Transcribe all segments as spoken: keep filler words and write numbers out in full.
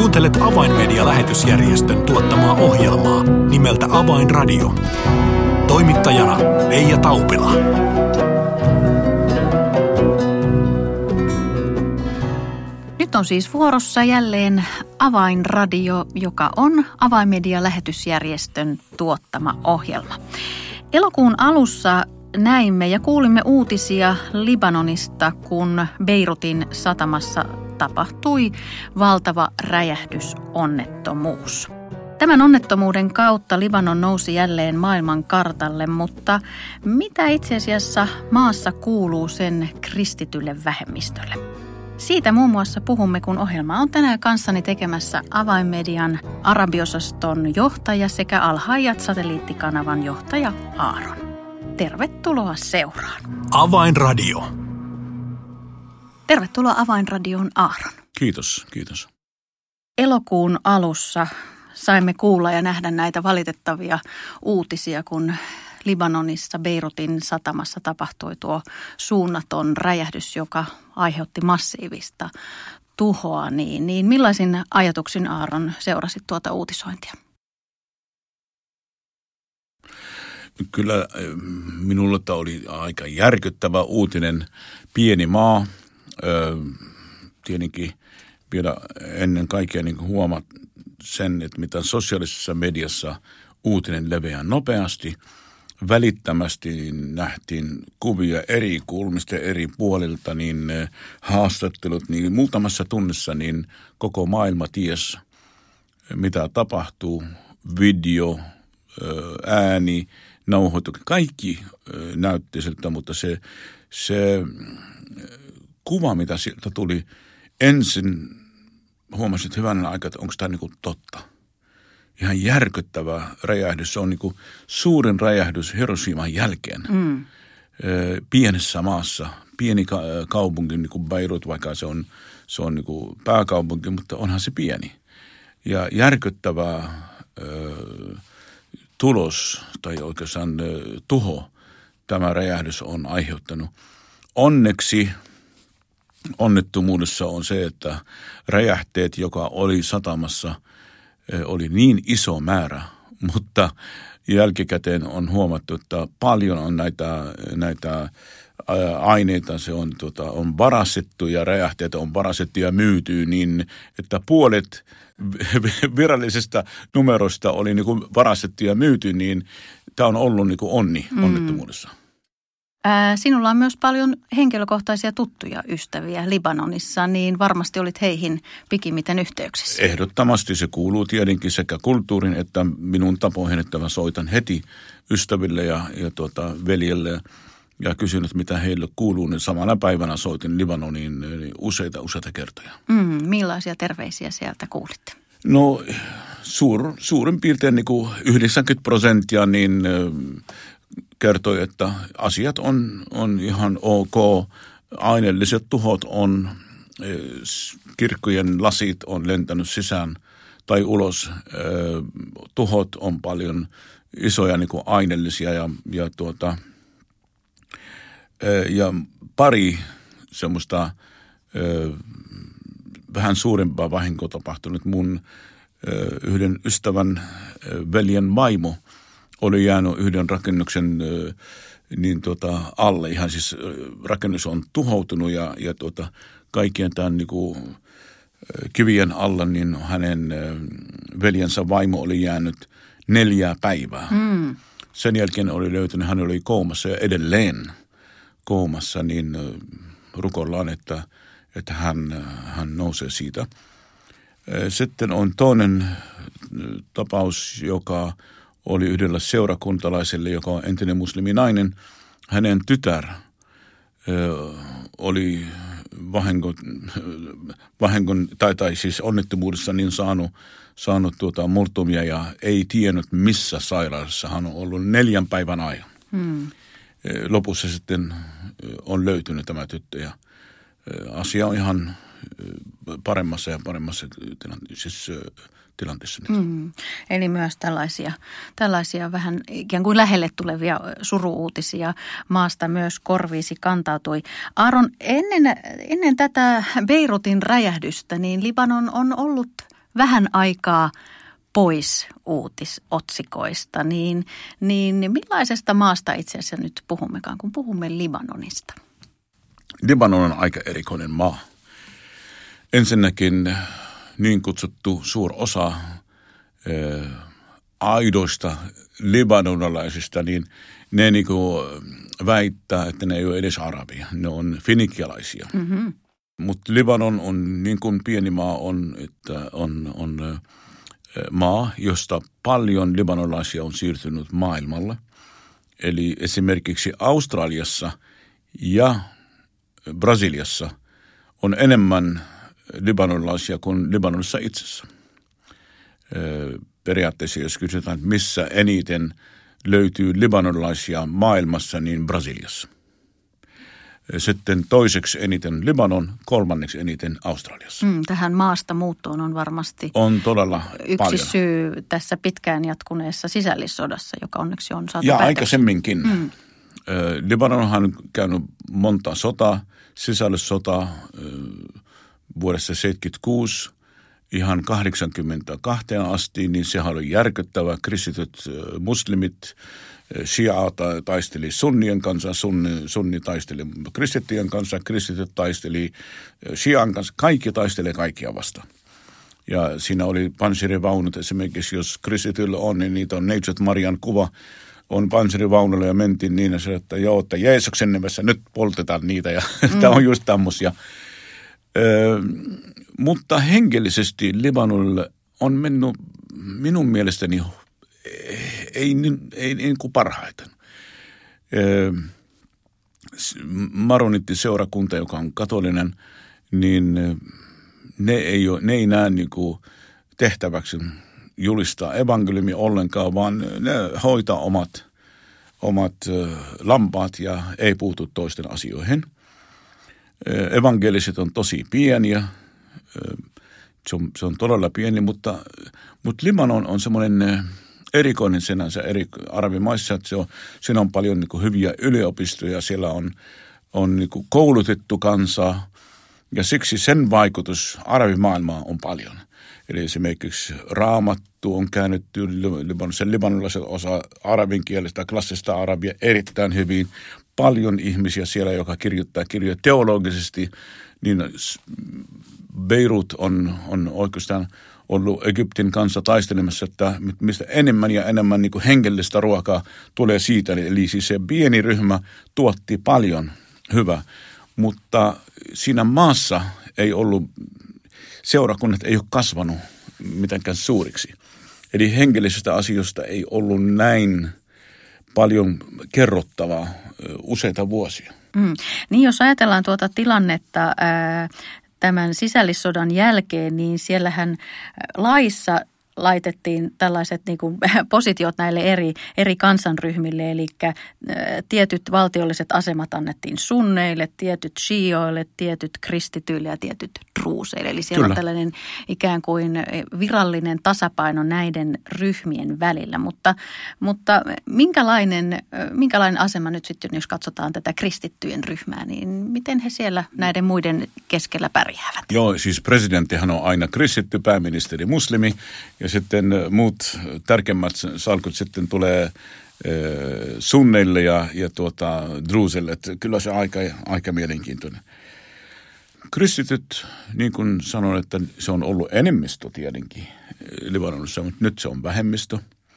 Kuuntelet Avainmedia-lähetysjärjestön tuottamaa ohjelmaa nimeltä Avainradio. Toimittajana Leija Taupila. Nyt on siis vuorossa jälleen Avainradio, joka on Avainmedia-lähetysjärjestön tuottama ohjelma. Elokuun alussa näimme ja kuulimme uutisia Libanonista, kun Beirutin satamassa tapahtui valtava räjähdysonnettomuus. Tämän onnettomuuden kautta Libanon nousi jälleen maailman kartalle, mutta mitä itse asiassa maassa kuuluu sen kristitylle vähemmistölle? Siitä muun muassa puhumme, kun ohjelma on tänään kanssani tekemässä Avainmedian arabiosaston johtaja sekä Al-Hayat satelliittikanavan johtaja Aaron. Tervetuloa seuraan. Avainradio. Tervetuloa Avainradioon, Aaron. Kiitos, kiitos. Elokuun alussa saimme kuulla ja nähdä näitä valitettavia uutisia, kun Libanonissa Beirutin satamassa tapahtui tuo suunnaton räjähdys, joka aiheutti massiivista tuhoa. Niin, niin millaisin ajatuksin, Aaron, seurasit tuota uutisointia? Kyllä minulle tämä oli aika järkyttävä uutinen. Pieni maa, öö, tietenkin vielä ennen kaikkea niin huomaat sen, että mitä sosiaalisessa mediassa uutinen leveää nopeasti. Välittömästi nähtiin kuvia eri kulmista, eri puolilta, niin haastattelut, niin muutamassa tunnissa niin koko maailma ties, mitä tapahtuu, video, ääni, nauhoitukset, kaikki näytti siltä, mutta se, se kuva, mitä sieltä tuli, ensin huomasin, että hyvänä aikaa, että onko tämä niin kuin totta. Ihan järkyttävä räjähdys. Se on niin kuin suurin räjähdys Hiroshiman jälkeen. Mm. Pienessä maassa, pieni kaupunki, niin kuin Beirut, vaikka se on, se on niin kuin pääkaupunki, mutta onhan se pieni. Ja järkyttävä ö, tulos tai oikeastaan ö, tuho tämä räjähdys on aiheuttanut. Onneksi onnettomuudessa on se, että räjähteet, joka oli satamassa, oli niin iso määrä, mutta jälkikäteen on huomattu, että paljon on näitä, näitä aineita, se on, tuota, on varastettu ja räjähteitä on varastettu ja myyty niin, että puolet virallisesta numerosta oli niin kuin varastettu ja myyty, niin tämä on ollut niin kuin onni mm. onnettomuudessa. Ää, sinulla on myös paljon henkilökohtaisia tuttuja ystäviä Libanonissa, niin varmasti olit heihin pikimmiten yhteyksissä. Ehdottomasti se kuuluu tietenkin sekä kulttuurin että minun tapoihin, että mä soitan heti ystäville ja, ja tuota, veljelle ja kysyn, että mitä heille kuuluu. Niin samana päivänä soitin Libanoniin niin useita, useita kertoja. Mm, millaisia terveisiä sieltä kuulitte? No suur, suurin piirtein niin kuin yhdeksänkymmentä prosenttia niin kertoi, että asiat on, on ihan ok. Aineelliset tuhot on, kirkkojen lasit on lentänyt sisään tai ulos. Tuhot on paljon isoja niin kuin aineellisia ja, ja, tuota, ja pari semmoista vähän suurempaa vahinkoa tapahtunut. Mun yhden ystävän veljen vaimo oli jäänyt yhden rakennuksen niin tuota, alle. Ihan siis rakennus on tuhoutunut ja, ja tuota, kaikkien tämän niin kuin, kivien alla niin hänen veljensä vaimo oli jäänyt neljää päivää. Mm. Sen jälkeen oli löytynyt, hän oli koomassa ja edelleen koomassa, niin rukoillaan, että, että hän, hän nousee siitä. Sitten on toinen tapaus, joka oli yhdellä seurakuntalaiselle, joka on entinen musliminainen. Hänen tytär ö, oli vahingon, vahingon tai, tai siis onnettomuudessa niin saanut, saanut tuota murtumia ja ei tiennyt missä sairaalassa hän on ollut neljän päivän ajan. Hmm. Lopussa sitten on löytynyt tämä tyttö ja asia on ihan paremmassa ja paremmassa tilanteessa. tilanteessa. Mm. Eli myös tällaisia, tällaisia vähän ikään kuin lähelle tulevia suru-uutisia maasta myös korviisi kantautui. Aaron, ennen, ennen tätä Beirutin räjähdystä, niin Libanon on ollut vähän aikaa pois uutisotsikoista, niin, niin millaisesta maasta itse asiassa nyt puhummekaan, kun puhumme Libanonista? Libanon on aika erikoinen maa. Ensinnäkin niin kutsuttu suur osa ää, aidoista libanonalaisista, niin ne niinku väittää, että ne ei ole edes arabia. Ne on finikialaisia. Mm-hmm. Mutta Libanon on niin kuin pieni maa on, että on, on maa, josta paljon libanonalaisia on siirtynyt maailmalle. Eli esimerkiksi Australiassa ja Brasiliassa on enemmän libanonalaisia kuin Libanonissa itsessä. Periaatteessa jos kysytään, että missä eniten löytyy libanonalaisia maailmassa, niin Brasiliassa. Sitten toiseksi eniten Libanon, kolmanneksi eniten Australiassa. Mm, tähän maasta muuttoon on varmasti on todella yksi paljon. syy tässä pitkään jatkuneessa sisällissodassa, joka onneksi on saatu Ja päätöksiä. aikaisemminkin. Mm. Libanonhan on käynyt monta sotaa, sisällissotaa vuodessa seitsemänkymmentäkuusi ihan kahdeksankymmentäkaksi asti, niin sehän oli järkyttävä. Kristityt muslimit, Shia taisteli sunnien kanssa, sunni, sunni taisteli kristittyjen kanssa, kristityt taisteli Shian kanssa, kaikki taisteli kaikkia vastaan. Ja siinä oli panssarivaunut esimerkiksi, jos kristityillä on, niin niitä on Neitsyt Marian kuva, on panssarivaunulla ja mentiin niin, että joo, että Jeesuksen nimessä nyt poltetaan niitä ja mm. tämä on just tämmöisiä. Ö, mutta henkilöisesti Libanonille on mennyt minun mielestäni ei, ei, ei niin kuin parhaiten. Ö, Maronitti-seurakunta, joka on katolinen, niin ne ei, ole, ne ei näe niin kuin tehtäväksi julistaa evankeliumia ollenkaan, vaan ne hoitaa omat, omat lampaat ja ei puutu toisten asioihin. Evankeliset on tosi pieniä, se on, se on todella pieni, mutta, mutta Libanon on semmoinen erikoinen sinänsä eri arabimaissa, että se on, siinä on paljon niin kuin hyviä yliopistoja, siellä on, on niin kuin koulutettu kansa ja siksi sen vaikutus arabimaailmaan on paljon. Eli esimerkiksi Raamattu on käännetty Libanonissa, libanolaiset osa arabin kielestä, klassista arabia erittäin hyvin. Paljon ihmisiä siellä, joka kirjoittaa kirjoja teologisesti, niin Beirut on, on oikeastaan ollut Egyptin kanssa taistelemassa, että mistä enemmän ja enemmän niin kuin hengellistä ruokaa tulee siitä. Eli siis se pieni ryhmä tuotti paljon hyvää, mutta siinä maassa ei ollut, seurakunnat ei ole kasvanut mitenkään suuriksi. Eli hengellisistä asioista ei ollut näin paljon kerrottavaa useita vuosia. Mm. Niin jos ajatellaan tuota tilannetta ää, tämän sisällissodan jälkeen, niin siellähän laissa laitettiin tällaiset niin kuin positiot näille eri, eri kansanryhmille, eli ä, tietyt valtiolliset asemat annettiin sunneille, tietyt shioille, tietyt kristityille ja tietyt druuseille. Eli siellä Kyllä. on tällainen ikään kuin virallinen tasapaino näiden ryhmien välillä, mutta, mutta minkälainen, minkälainen asema nyt sitten, jos katsotaan tätä kristittyjen ryhmää, niin miten he siellä näiden muiden keskellä pärjäävät? Joo, siis presidenttihan on aina kristitty, pääministeri muslimi, ja sitten muut tärkeimmät salkut sitten tulee äh, sunneille ja, ja tuota, druusille. Että kyllä se aika, aika mielenkiintoinen. Kristityt, niin kuin sanoin, että se on ollut enemmistö tietenkin Libanonissa, mutta nyt se on vähemmistö.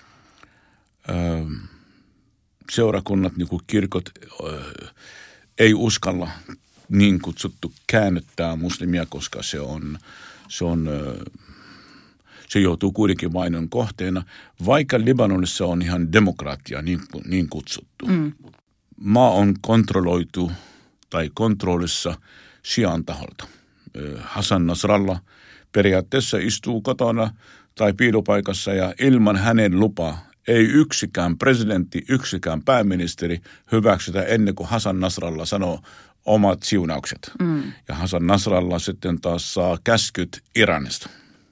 Äh, seurakunnat, niin kuin kirkot, äh, ei uskalla niin kutsuttu käännyttää muslimia, koska se on... Se on äh, Se joutuu kuitenkin vainon kohteena, vaikka Libanonissa on ihan demokratia niin, niin kutsuttu. Mm. Maa on kontrolloitu tai kontrollissa Shian taholta. Hassan Nasrallah periaatteessa istuu kotona tai piilopaikassa ja ilman hänen lupaa ei yksikään presidentti, yksikään pääministeri hyväksytä ennen kuin Hassan Nasrallah sanoo omat siunaukset. Mm. Ja Hassan Nasrallah sitten taas saa käskyt Iranista.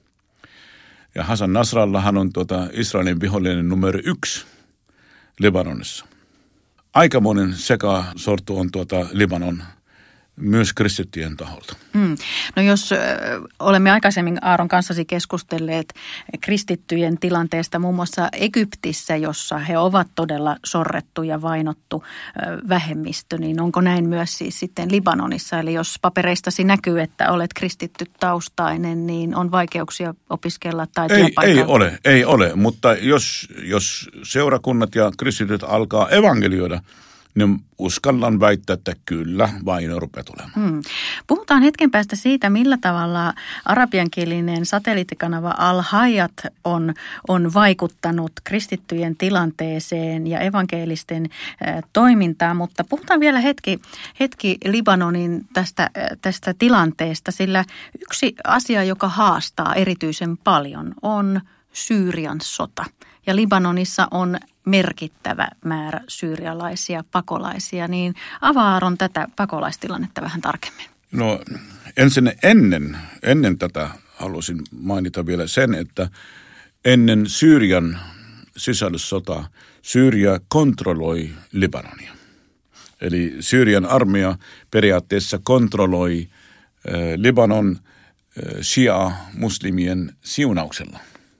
Ja Hassan Nasrallahan on tuota Israelin vihollinen numero yksi Libanonissa. Aikamoinen sekasorto on tuota Libanon. myös kristittyjen taholta. Mm. No jos ö, olemme aikaisemmin Aaron kanssasi keskustelleet kristittyjen tilanteesta muun muassa Egyptissä, jossa he ovat todella sorrettu ja vainottu ö, vähemmistö, niin onko näin myös siis sitten Libanonissa? Eli jos papereistasi näkyy, että olet kristitty taustainen, niin on vaikeuksia opiskella tai työpaikalla? Ei, ei ole, ei ole, mutta jos, jos seurakunnat ja kristityt alkaa evankelioida, niin uskallan väittää, että kyllä vaino rupeaa tulemaan. Hmm. Puhutaan hetken päästä siitä, millä tavalla arabiankielinen satelliittikanava Al-Hayat on, on vaikuttanut kristittyjen tilanteeseen ja evankelisten äh, toimintaan, mutta puhutaan vielä hetki, hetki Libanonin tästä, äh, tästä tilanteesta, sillä yksi asia, joka haastaa erityisen paljon, on Syyrian sota. Ja Libanonissa on merkittävä määrä syyrialaisia pakolaisia, niin avaa Aaron tätä pakolaistilannetta vähän tarkemmin. No ensin ennen, ennen tätä haluaisin mainita vielä sen, että ennen Syyrian sisällissotaa Syyria kontrolloi Libanonia. Eli Syyrian armeija periaatteessa kontrolloi äh, Libanon äh, shia-muslimien siunauksella.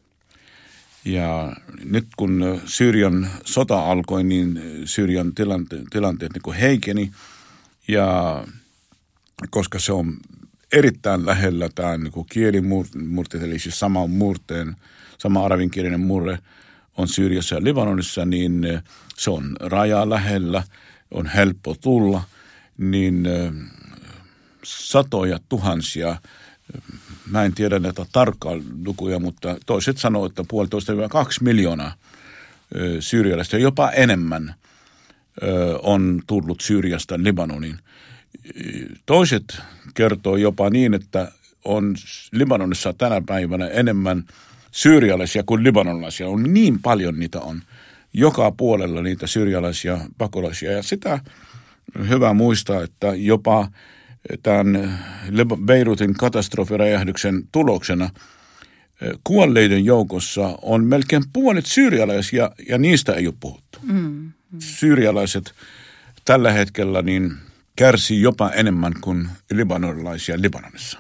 Ja nyt kun Syyrian sota alkoi, niin Syyrian tilante, tilanteet niin kuin heikeni. Ja koska se on erittäin lähellä tämä niin kuin kielimurteet, eli siis sama murteen, sama arabinkielinen murre on Syyriassa ja Libanonissa, niin se on raja lähellä, on helppo tulla, niin satoja tuhansia. Mä en tiedä näitä tarkkaa lukuja, mutta toiset sanoo, että puolitoista kaksi miljoonaa syyrialaista, jopa enemmän on tullut Syyriasta Libanoniin. Toiset kertoo jopa niin, että on Libanonissa tänä päivänä enemmän syyrialaisia kuin libanonilaisia. On niin paljon niitä on. Joka puolella niitä syyrialaisia pakolaisia. Ja sitä hyvä muistaa, että jopa tämän Beirutin katastrofiräjähdyksen tuloksena kuolleiden joukossa on melkein puolet syyrialaisia ja niistä ei ole puhuttu. Mm, mm. Syyrialaiset tällä hetkellä niin kärsii jopa enemmän kuin libanonilaisia Libanonissa.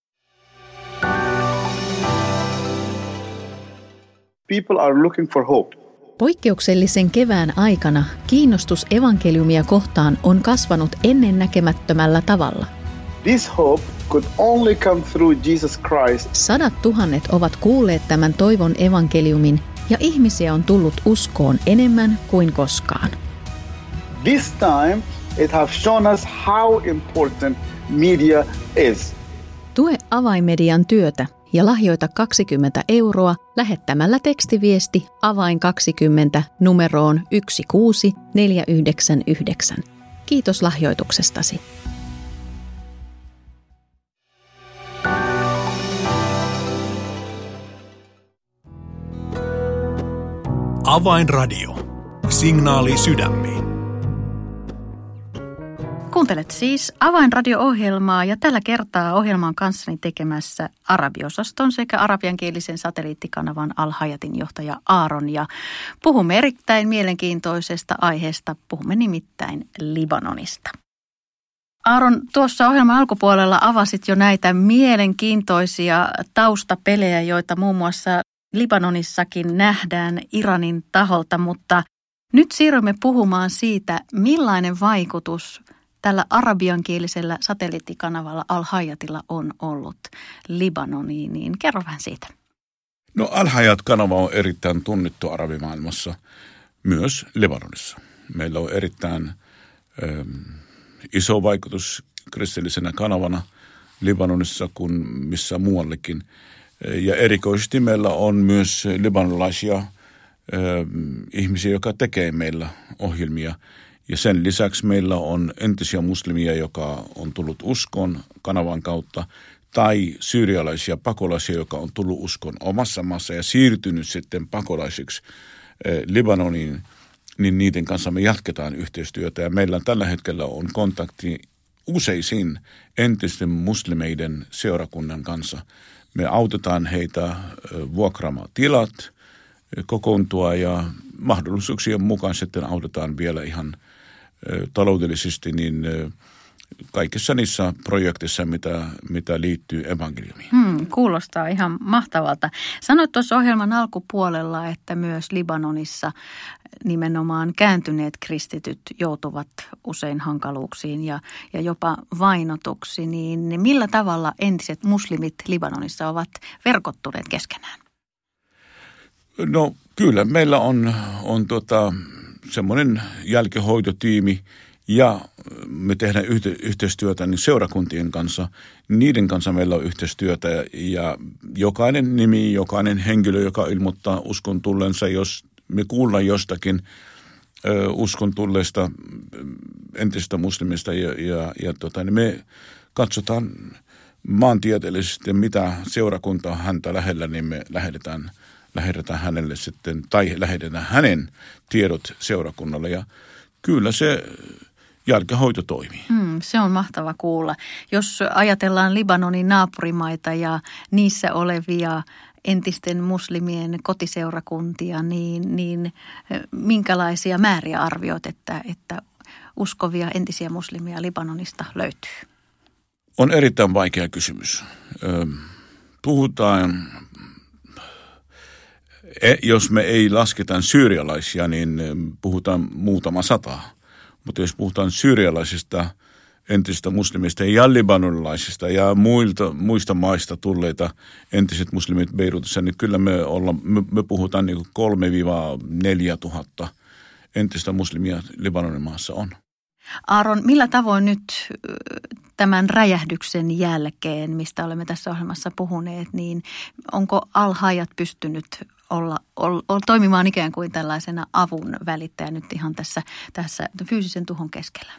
People are looking for hope. Poikkeuksellisen kevään aikana kiinnostus evankeliumia kohtaan on kasvanut ennennäkemättömällä tavalla. This hope could only come through Jesus Christ. Sadat tuhannet ovat kuulleet tämän toivon evankeliumin ja ihmisiä on tullut uskoon enemmän kuin koskaan. This time it has shown us how important media is. Tue Avainmedian työtä ja lahjoita kaksikymmentä euroa lähettämällä tekstiviesti avain kaksikymmentä numeroon yksi kuusi neljä yhdeksän yhdeksän. Kiitos lahjoituksestasi. Avainradio. Signaali sydämiin. Kuuntelet siis Avainradio-ohjelmaa ja tällä kertaa ohjelman kanssani tekemässä arabiosaston sekä arabiankielisen satelliittikanavan Al-Hayatin johtaja Aaron. Ja puhumme erittäin mielenkiintoisesta aiheesta, puhumme nimittäin Libanonista. Aaron, tuossa ohjelman alkupuolella avasit jo näitä mielenkiintoisia taustapelejä, joita muun muassa Libanonissakin nähdään Iranin taholta, mutta nyt siirrymme puhumaan siitä, millainen vaikutus tällä arabiankielisellä satelliittikanavalla Al-Hayatilla on ollut Libanoniin, niin kerro vähän siitä. No Al-Hayat-kanava on erittäin tunnettu arabimaailmassa, myös Libanonissa. Meillä on erittäin ö, iso vaikutus kristillisenä kanavana Libanonissa kuin missä muuallekin. Ja erikoisesti meillä on myös libanonilaisia ö, ihmisiä, jotka tekee meillä ohjelmia. Ja sen lisäksi meillä on entisiä muslimia, joka on tullut uskoon kanavan kautta, tai syyrialaisia pakolaisia, joka on tullut uskoon omassa maassa ja siirtynyt sitten pakolaisiksi eh, Libanoniin, niin niiden kanssa me jatketaan yhteistyötä. Ja meillä tällä hetkellä on kontakti useisiin entisten muslimeiden seurakunnan kanssa. Me autetaan heitä eh, vuokraamaan tilat, eh, kokoontua ja mahdollisuuksien mukaan sitten autetaan vielä ihan taloudellisesti niin kaikissa niissä projekteissa, mitä, mitä liittyy evankeliumiin. Hmm, kuulostaa ihan mahtavalta. Sanoit tuossa ohjelman alkupuolella, että myös Libanonissa nimenomaan kääntyneet kristityt joutuvat usein hankaluuksiin ja, ja jopa vainotuksi. Niin millä tavalla entiset muslimit Libanonissa ovat verkottuneet keskenään? No kyllä, meillä on, on tota, semmoinen jälkihoitotiimi ja me tehdään yhte, yhteistyötä niin seurakuntien kanssa. Niiden kanssa meillä on yhteistyötä ja, ja jokainen nimi, jokainen henkilö, joka ilmoittaa uskon tullensa, jos me kuullaan jostakin ö, uskon tulleesta entisistä muslimista ja, ja, ja tota, niin me katsotaan maantieteellisesti, mitä seurakunta häntä lähellä, niin me lähetetään lähetetään hänelle sitten, tai lähetetään hänen tiedot seurakunnalle. Ja kyllä se jälkihoito toimii. Hmm, se on mahtava kuulla. Jos ajatellaan Libanonin naapurimaita ja niissä olevia entisten muslimien kotiseurakuntia, niin, niin minkälaisia määriä arvioit, että, että uskovia entisiä muslimia Libanonista löytyy? On erittäin vaikea kysymys. Puhutaan... Jos me ei lasketa syyrialaisia, niin puhutaan muutama sata. Mutta jos puhutaan syyrialaisista, entisistä muslimista ja libanonilaisista ja muilta, muista maista tulleita entiset muslimit Beirutissa, niin kyllä me, olla, me, me puhutaan niin kolme neljä tuhatta entistä muslimia Libanonin maassa on. Aaron, millä tavoin nyt tämän räjähdyksen jälkeen, mistä olemme tässä ohjelmassa puhuneet, niin onko Al-Hayat pystynyt olla, olla, olla toimimaan ikään kuin tällaisena avun välittäjä nyt ihan tässä, tässä fyysisen tuhon keskellä?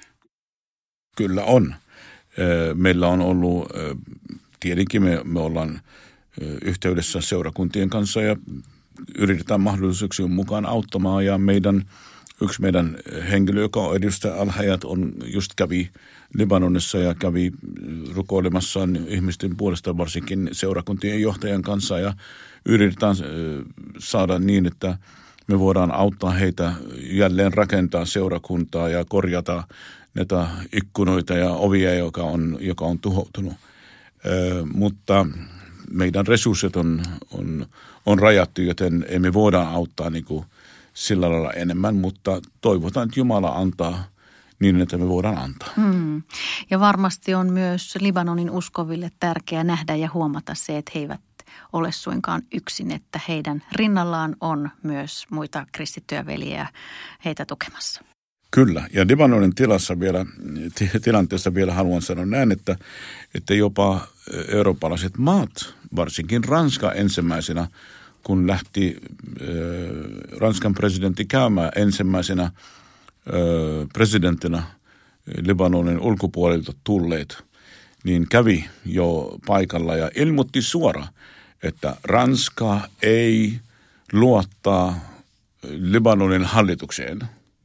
Kyllä on. Meillä on ollut, tietenkin me, me ollaan yhteydessä seurakuntien kanssa ja yritetään mahdollisuuksien mukaan auttamaan ja meidän yksi meidän henkilö, joka edustaa Al-Hayat, on just kävi Libanonissa ja kävi rukoilemassa ihmisten puolesta varsinkin seurakuntien johtajan kanssa ja yritetään saada niin, että me voidaan auttaa heitä jälleen rakentaa seurakuntaa ja korjata näitä ikkunoita ja ovia, joka on, joka on tuhoutunut. Ö, mutta meidän resurssit on, on, on rajattu, joten emme voida auttaa niin kuin sillä lailla enemmän, mutta toivotaan, että Jumala antaa niin, että me voidaan antaa. Hmm. Ja varmasti on myös Libanonin uskoville tärkeää nähdä ja huomata se, että he eivät ole suinkaan yksin, että heidän rinnallaan on myös muita kristittyjä veljiä heitä tukemassa. Kyllä, ja Libanonin tilassa vielä, tilanteessa vielä haluan sanoa näin, että, että jopa eurooppalaiset maat, varsinkin Ranska ensimmäisenä, kun lähti äh, Ranskan presidentti käymään ensimmäisenä äh, presidenttinä Libanonin ulkopuolelta tulleet, niin kävi jo paikalla ja ilmoitti suoraan, että Ranska ei luottaa Libanonin hallitukseen,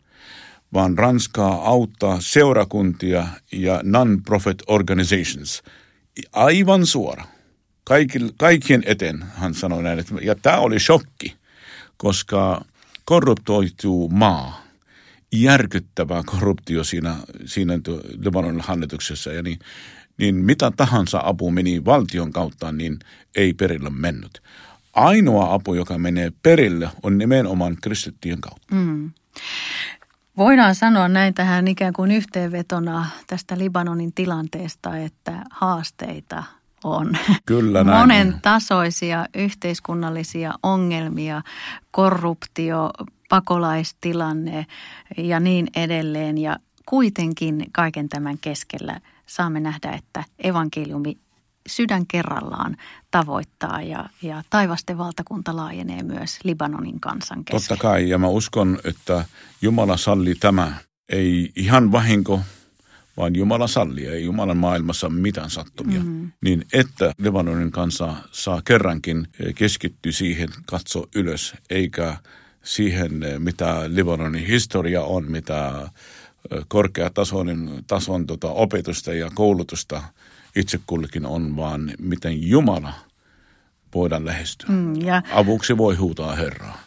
vaan Ranskaa auttaa seurakuntia ja non-profit organizations. Aivan suora. Kaikkien eteen hän sanoi näin, että, ja tämä oli shokki, koska korruptoituu maa, järkyttävä korruptio siinä, siinä Libanonin hallituksessa, ja niin, niin mitä tahansa apu meni valtion kautta, niin ei perille mennyt. Ainoa apu, joka menee perille, on nimenomaan kristittyjen kautta. Mm. Voidaan sanoa näin tähän ikään kuin yhteenvetona tästä Libanonin tilanteesta, että haasteita on. Kyllä näin monen on. Tasoisia yhteiskunnallisia ongelmia, korruptio, pakolaistilanne ja niin edelleen. Ja kuitenkin kaiken tämän keskellä saamme nähdä, että evankeliumi sydän kerrallaan tavoittaa ja, ja taivasten valtakunta laajenee myös Libanonin kansan keskellä. Totta kai, ja mä uskon, että Jumala salli tämä. Ei ihan vahinko, vaan Jumala salli. Ei Jumalan maailmassa mitään sattumia. Mm-hmm. Niin että Libanonin kansa saa kerrankin keskittyä siihen, katso ylös, eikä siihen, mitä Libanonin historia on, mitä korkeatasoinen tason tota, opetusta ja koulutusta itse kullekin on, vaan miten Jumala voidaan lähestyä. Mm, ja avuksi voi huutaa Herraa.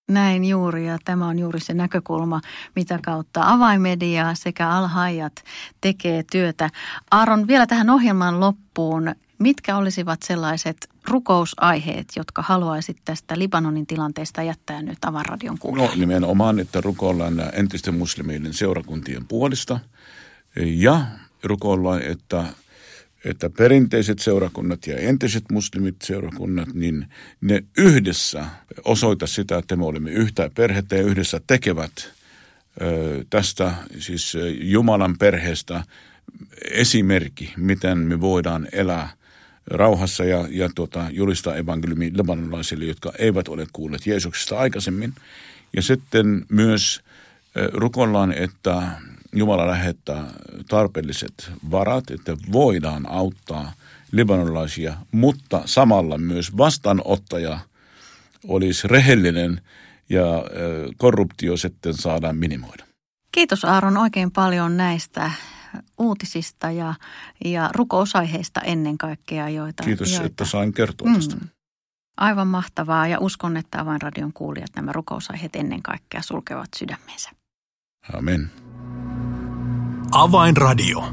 Näin juuri, ja tämä on juuri se näkökulma, mitä kautta Avainmedia sekä Al-Hayat tekee työtä. Aaron, vielä tähän ohjelman loppuun, mitkä olisivat sellaiset rukousaiheet, jotka haluaisit tästä Libanonin tilanteesta jättää nyt Avainradion kuulijoille? No nimenomaan, että rukoillaan entisten muslimien seurakuntien puolesta ja rukoillaan, että että perinteiset seurakunnat ja entiset muslimit seurakunnat, niin ne yhdessä osoita sitä, että me olemme yhtä perhettä ja yhdessä tekevät ö, tästä siis Jumalan perheestä esimerkki, miten me voidaan elää rauhassa ja, ja tuota, julistaa evankeliumi libanonilaisille, jotka eivät ole kuulleet Jeesuksesta aikaisemmin. Ja sitten myös ö, rukoillaan, että Jumala lähettää tarpeelliset varat, että voidaan auttaa libanonilaisia, mutta samalla myös vastaanottaja olisi rehellinen ja korruptio sitten saadaan minimoida. Kiitos Aaron oikein paljon näistä uutisista ja, ja rukousaiheista ennen kaikkea, joita... Kiitos, joita... että sain kertoa tästä. Mm. Aivan mahtavaa, ja uskon, että Avainradion kuulijat nämä rukousaiheet ennen kaikkea sulkevat sydämensä. Amen. Avainradio.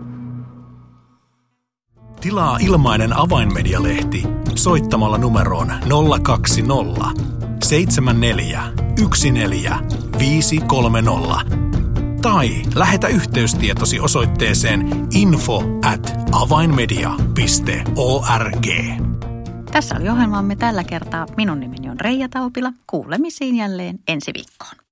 Tilaa ilmainen Avainmedia-lehti soittamalla numeroon nolla kaksi nolla seitsemän neljä yksi neljä viisi kolme nolla tai lähetä yhteystietosi osoitteeseen info at avainmedia piste org. Tässä oli ohjelmamme tällä kertaa. Minun nimeni on Reija Taupila. Kuulemisiin jälleen ensi viikkoon.